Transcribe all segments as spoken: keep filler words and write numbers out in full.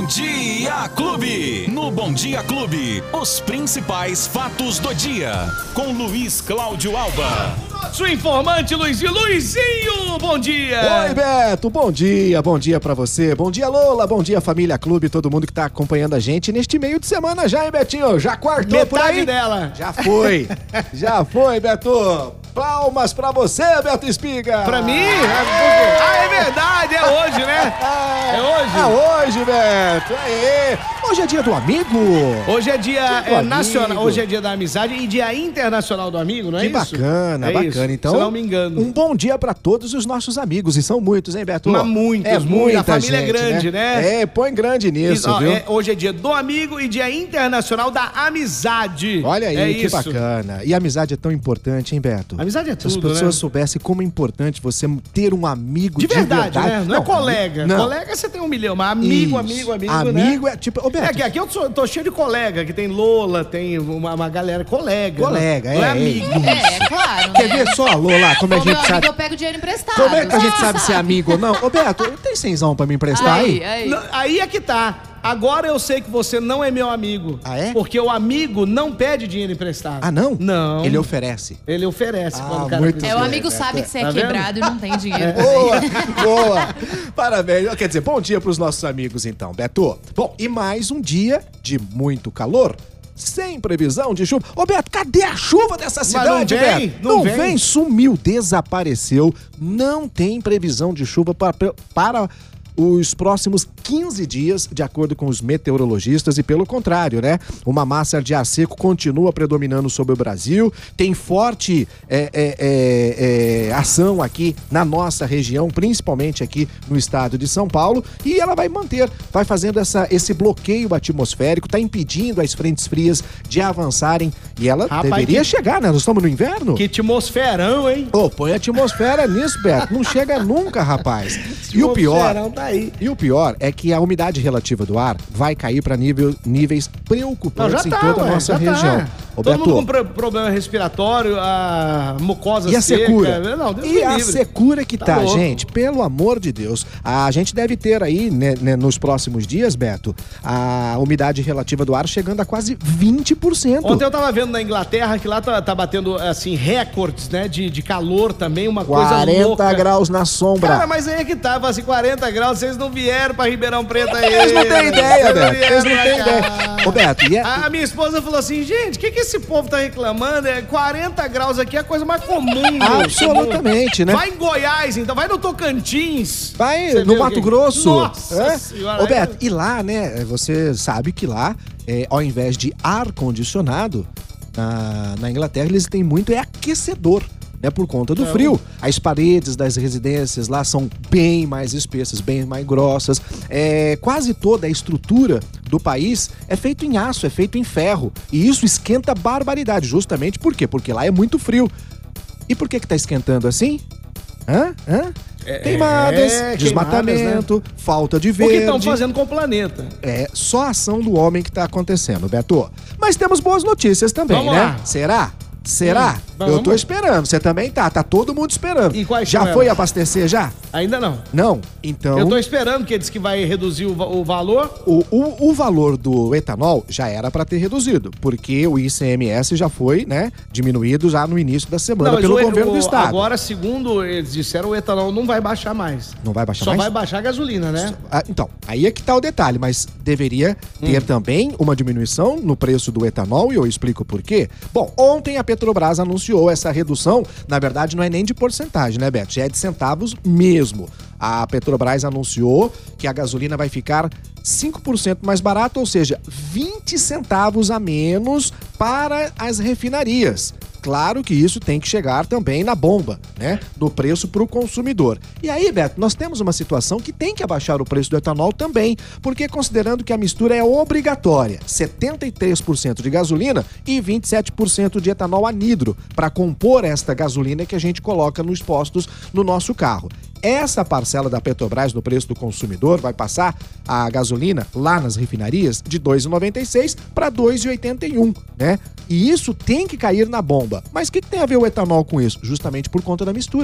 Dia Clube. No Bom Dia Clube, os principais fatos do dia. Com Luiz Cláudio Alba. Nosso informante Luizinho. Luizinho, bom dia. Oi, Beto, bom dia, bom dia pra você. Bom dia, Lola, bom dia, Família Clube, todo mundo que tá acompanhando a gente neste meio de semana já, hein, Betinho? Já quartou por aí? Metade dela. Já foi, já foi, Beto. Palmas pra você, Beto Espiga. Pra mim? Ah, é verdade, é hoje, né? É hoje. É hoje, Beto. Aê. Hoje é dia do amigo. Hoje é dia, Dia do é, nacional, amigo. hoje é dia da amizade e dia internacional do amigo, não é Que isso? bacana, é bacana. Isso, Então, se não me engano. um bom dia pra todos os nossos amigos, e são muitos, hein, Beto? Mas muitos, é muitos. muita A família é gente, grande, né? É, põe grande nisso, Isso, ó, viu? é, hoje é dia do amigo e dia internacional da amizade. Olha aí, é que isso. bacana. E a amizade é tão importante, hein, Beto? Amizade é Se as tudo, pessoas né? soubessem como é importante você ter um amigo De de, verdade, né? Não, é colega. Não. Colega você tem um milhão, mas amigo, Isso. amigo, amigo, né? Amigo é tipo... Ô, Beto, É que aqui eu sou- tô cheio de colega, que tem Lola, tem uma, uma galera, colega. Colega, não, é, não é amigo. É, claro. quer né? ver só, Lola, como é Com que a meu gente amigo sabe... eu pego dinheiro emprestado. Como é que a gente você sabe se é amigo ou não? Ô, Beto, tem cenzão pra me emprestar aí? Aí, aí. Não, aí é que tá. Agora eu sei que você não é meu amigo. Ah, é? Porque o amigo não pede dinheiro emprestado. Ah, não? Não. Ele oferece. Ele oferece Ah, quando o cara muito precisa. É, o bem, amigo Beto. sabe que você é Tá vendo? quebrado e não tem dinheiro. Boa, boa. Parabéns. Quer dizer, bom dia pros nossos amigos, então, Beto. Bom, e mais um dia de muito calor. Sem previsão de chuva. Ô, Beto, cadê a chuva dessa Mas cidade, não vem, Beto? não vem. sumiu, desapareceu. Não tem previsão de chuva para, para os próximos quinze dias, de acordo com os meteorologistas, e pelo contrário, né? Uma massa de ar seco continua predominando sobre o Brasil, tem forte é, é, é, é, ação aqui na nossa região, principalmente aqui no estado de São Paulo, e ela vai manter, vai fazendo essa, esse bloqueio atmosférico, tá impedindo as frentes frias de avançarem, e ela Rapaz, deveria que- chegar, né? Nós estamos no inverno. Que atmosferão, hein? Ô, põe atmosfera nisso, Beto. Não chega nunca, rapaz. E o pior, Atmosferão tá aí. e o pior é que a umidade relativa do ar vai cair para nível, níveis Não, preocupantes já tá, em toda ué, a nossa já região. tá. Ô, Todo Beto, mundo com pro- problema respiratório, a mucosa e a seca. secura? Não, Deus E me a livre. secura que Tá tá, louco. gente? Pelo amor de Deus. A gente deve ter aí, né, né, nos próximos dias, Beto, a umidade relativa do ar chegando a quase vinte por cento. Ontem eu tava vendo na Inglaterra que lá tá, tá batendo, assim, recordes, né, de, de calor também, uma coisa quarenta louca. graus na sombra. Cara, mas aí é que tava, assim, quarenta graus, vocês não vieram pra Ribeirão Preto aí. Eles não têm ideia, Vocês Beto. vieram Eles não pra têm cá. ideia. Ô, Beto, e é... A minha esposa falou assim, gente, o que que esse povo tá reclamando? É quarenta graus aqui é a coisa mais comum. meu. Absolutamente, né? Vai em Goiás, então, vai no Tocantins. Vai Você no vê o Mato que- Grosso. Nossa É? senhora. Ô, Beto, e lá, né, você sabe que lá, é, ao invés de ar-condicionado, na, na Inglaterra eles têm muito é aquecedor. Né, por conta do frio. As paredes das residências lá são bem mais espessas, bem mais grossas. É, quase toda a estrutura do país é feito em aço, é feito em ferro. E isso esquenta barbaridade. Justamente por quê? Porque lá é muito frio. E por que que tá esquentando assim? Hã? Hã? Queimadas, é, desmatamento, falta de O que verde. estão fazendo com o planeta? É só a ação do homem que tá acontecendo, Beto. Mas temos boas notícias também, Vamos né? lá. Será? Será? Hum, vamos. Eu tô esperando. Você também tá. Tá todo mundo esperando. E quais já são foi elas? abastecer já? Ainda não. Não? Então, Eu tô esperando, que diz que vai reduzir o, va- o valor. o, o, o valor do etanol já era para ter reduzido, porque o I C M S já foi, né, diminuído já no início da semana mas pelo o- governo o- do estado. Agora, segundo eles disseram, o etanol não vai baixar mais. Não vai baixar Só mais? vai baixar a gasolina, né? Ah, então, aí é que tá o detalhe, mas deveria ter Hum. também uma diminuição no preço do etanol, e eu explico por quê. Bom, ontem a Petrobras anunciou essa redução, na verdade não é nem de porcentagem, né, Beto? Já é de centavos mesmo. A Petrobras anunciou que a gasolina vai ficar cinco por cento mais barata, ou seja, vinte centavos a menos para as refinarias. Claro que isso tem que chegar também na bomba, né? Do preço para o consumidor. E aí, Beto, nós temos uma situação que tem que abaixar o preço do etanol também, porque considerando que a mistura é obrigatória, setenta e três por cento de gasolina e vinte e sete por cento de etanol anidro para compor esta gasolina que a gente coloca nos postos no nosso carro. Essa parcela da Petrobras no preço do consumidor vai passar a gasolina lá nas refinarias de dois reais e noventa e seis centavos para dois reais e oitenta e um centavos, né? E isso tem que cair na bomba. Mas o que, que tem a ver o etanol com isso? Justamente por conta da mistura.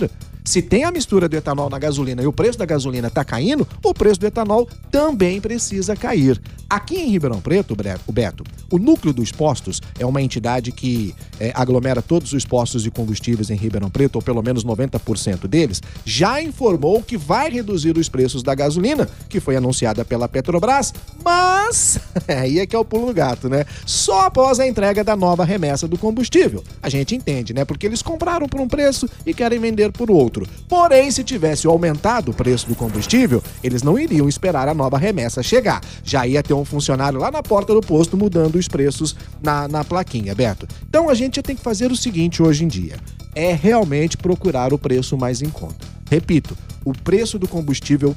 Se tem a mistura do etanol na gasolina e o preço da gasolina está caindo, o preço do etanol também precisa cair. Aqui em Ribeirão Preto, o Beto, o núcleo dos postos é uma entidade que é, aglomera todos os postos de combustíveis em Ribeirão Preto, ou pelo menos noventa por cento deles, já informou que vai reduzir os preços da gasolina, que foi anunciada pela Petrobras, mas aí é que é o pulo do gato, né? Só após a entrega da nova remessa do combustível. A gente entende, né? Porque eles compraram por um preço e querem vender por outro. Porém, se tivesse aumentado o preço do combustível, eles não iriam esperar a nova remessa chegar. Já ia ter um funcionário lá na porta do posto mudando os preços na, na plaquinha, Beto. Então a gente tem que fazer o seguinte hoje em dia. É realmente procurar o preço mais em conta. Repito, o preço do combustível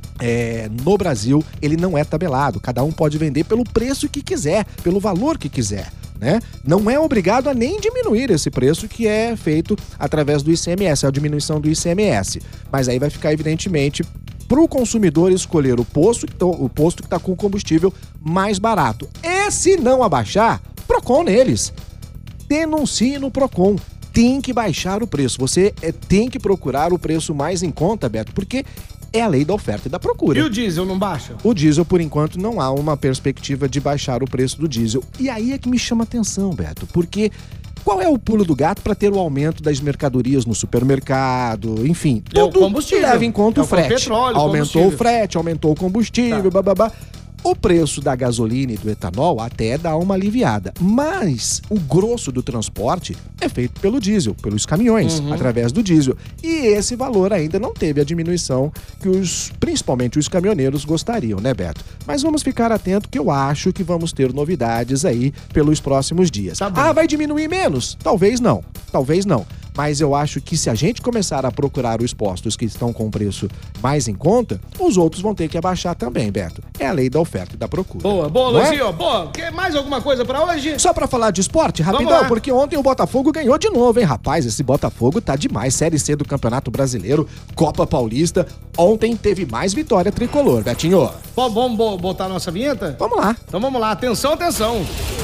É, no Brasil, ele não é tabelado. Cada um pode vender pelo preço que quiser, pelo valor que quiser, né? Não é obrigado a nem diminuir esse preço que é feito através do I C M S, a diminuição do I C M S. Mas aí vai ficar, evidentemente, para o consumidor escolher o posto, o posto que está com o combustível mais barato. E se não abaixar, Procon neles. Denuncie no Procon. Tem que baixar o preço. Você é, tem que procurar o preço mais em conta, Beto, porque é a lei da oferta e da procura. E o diesel não baixa? O diesel, por enquanto, não há uma perspectiva de baixar o preço do diesel. E aí é que me chama a atenção, Beto, porque qual é o pulo do gato para ter o aumento das mercadorias no supermercado, enfim, É o tudo combustível. leva em conta É o o frete. petróleo, Aumentou o combustível. frete, aumentou o combustível, Tá. bababá. O preço da gasolina e do etanol até dá uma aliviada, mas o grosso do transporte é feito pelo diesel, pelos caminhões, Uhum. através do diesel. E esse valor ainda não teve a diminuição que os, principalmente os caminhoneiros gostariam, né, Beto? Mas vamos ficar atento que eu acho que vamos ter novidades aí pelos próximos dias. Tá bom. Ah, vai diminuir menos? Talvez não, talvez não. Mas eu acho que se a gente começar a procurar os postos que estão com preço mais em conta, os outros vão ter que abaixar também, Beto. É a lei da oferta e da procura. Boa, boa, Não é? Luizinho. Boa. Quer mais alguma coisa pra hoje? Só pra falar de esporte, Vamos rapidão, lá. porque ontem o Botafogo ganhou de novo, hein, rapaz? Esse Botafogo tá demais. Série C do Campeonato Brasileiro, Copa Paulista. Ontem teve mais vitória tricolor, Betinho. Bom, vamos bo- botar a nossa vinheta? Vamos lá. Então vamos lá. Atenção, atenção.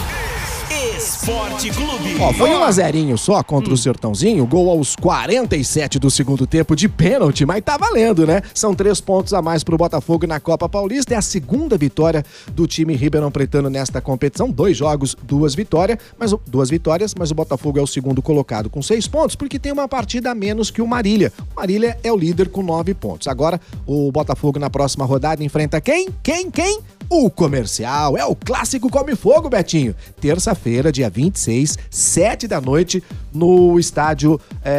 Esporte Clube. Ó, foi um Ó. a zerinho só contra o Sertãozinho, gol aos quarenta e sete do segundo tempo de pênalti, mas tá valendo, né? São três pontos a mais pro Botafogo na Copa Paulista, é a segunda vitória do time ribeirão pretano nesta competição, dois jogos, duas vitórias, mas o- duas vitórias, mas o Botafogo é o segundo colocado com seis pontos, porque tem uma partida a menos que o Marília. O Marília é o líder com nove pontos. Agora, o Botafogo na próxima rodada enfrenta quem? Quem? Quem? O Comercial. É o clássico Come Fogo, Betinho. Terça-feira, dia vinte e seis, sete da noite, no estádio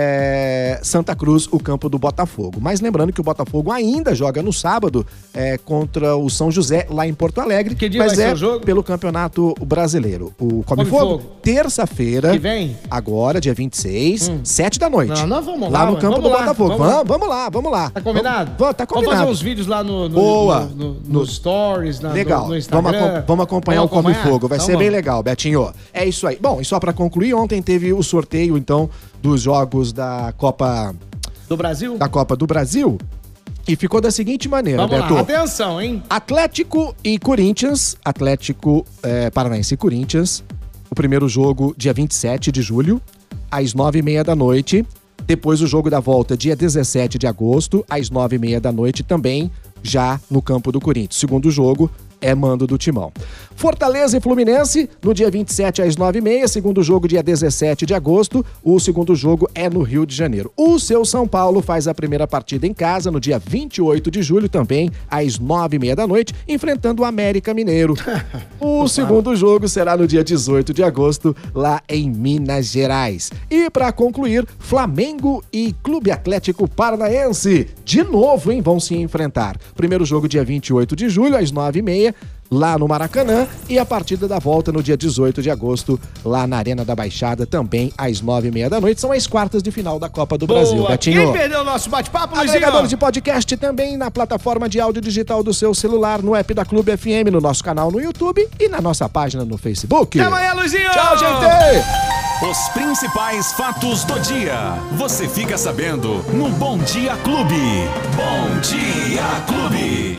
é, Santa Cruz, o campo do Botafogo. Mas lembrando que o Botafogo ainda joga no sábado é, contra o São José, lá em Porto Alegre. Que dia mas vai ser é o jogo? pelo Campeonato Brasileiro. O Come, Come Fogo, Fogo. terça-feira. Que vem? Agora, dia vinte e seis, sete da noite. Não, nós vamos lá. lá, no ué. campo Vamos do lá, Botafogo. vamos lá. Vamos, vamos lá, vamos lá. Tá combinado? Vamos, vamos, tá combinado. Vamos fazer uns vídeos lá no, no, Boa. no, no, no stories, na, Legal, no, no vamos, Instagram. acom- vamos acompanhar Vamos o Come acompanhar? Fogo, vai Então ser vamos. bem legal, Betinho. É isso aí. Bom, e só pra concluir, ontem teve o sorteio, então, dos jogos da Copa, Do Brasil? da Copa do Brasil, e ficou da seguinte maneira, Vamos Beto. lá, atenção, hein? Atlético e Corinthians, Atlético eh, Paranaense e Corinthians, o primeiro jogo dia vinte e sete de julho, às nove e meia da noite. Depois o jogo da volta, dia dezessete de agosto, às nove e meia da noite, também já no campo do Corinthians. Segundo jogo é mando do Timão. Fortaleza e Fluminense, no dia vinte e sete às nove e meia, segundo jogo dia dezessete de agosto, o segundo jogo é no Rio de Janeiro. O seu São Paulo faz a primeira partida em casa no dia vinte e oito de julho, também às nove e meia da noite, enfrentando o América Mineiro. O segundo jogo será no dia dezoito de agosto, lá em Minas Gerais. E para concluir, Flamengo e Clube Atlético Paranaense, de novo, hein, vão se enfrentar. Primeiro jogo dia vinte e oito de julho, às nove e meia, lá no Maracanã, e a partida da volta no dia dezoito de agosto, lá na Arena da Baixada, também às nove e meia da noite. São as quartas de final da Copa do Brasil, Boa. Betinho. Quem perdeu o nosso bate-papo, Luizinho? Agregador de podcast também na plataforma de áudio digital do seu celular, no app da Clube F M, no nosso canal no YouTube e na nossa página no Facebook. Até amanhã, Luizinho! Tchau, gente! Os principais fatos do dia. Você fica sabendo no Bom Dia Clube. Bom Dia Clube.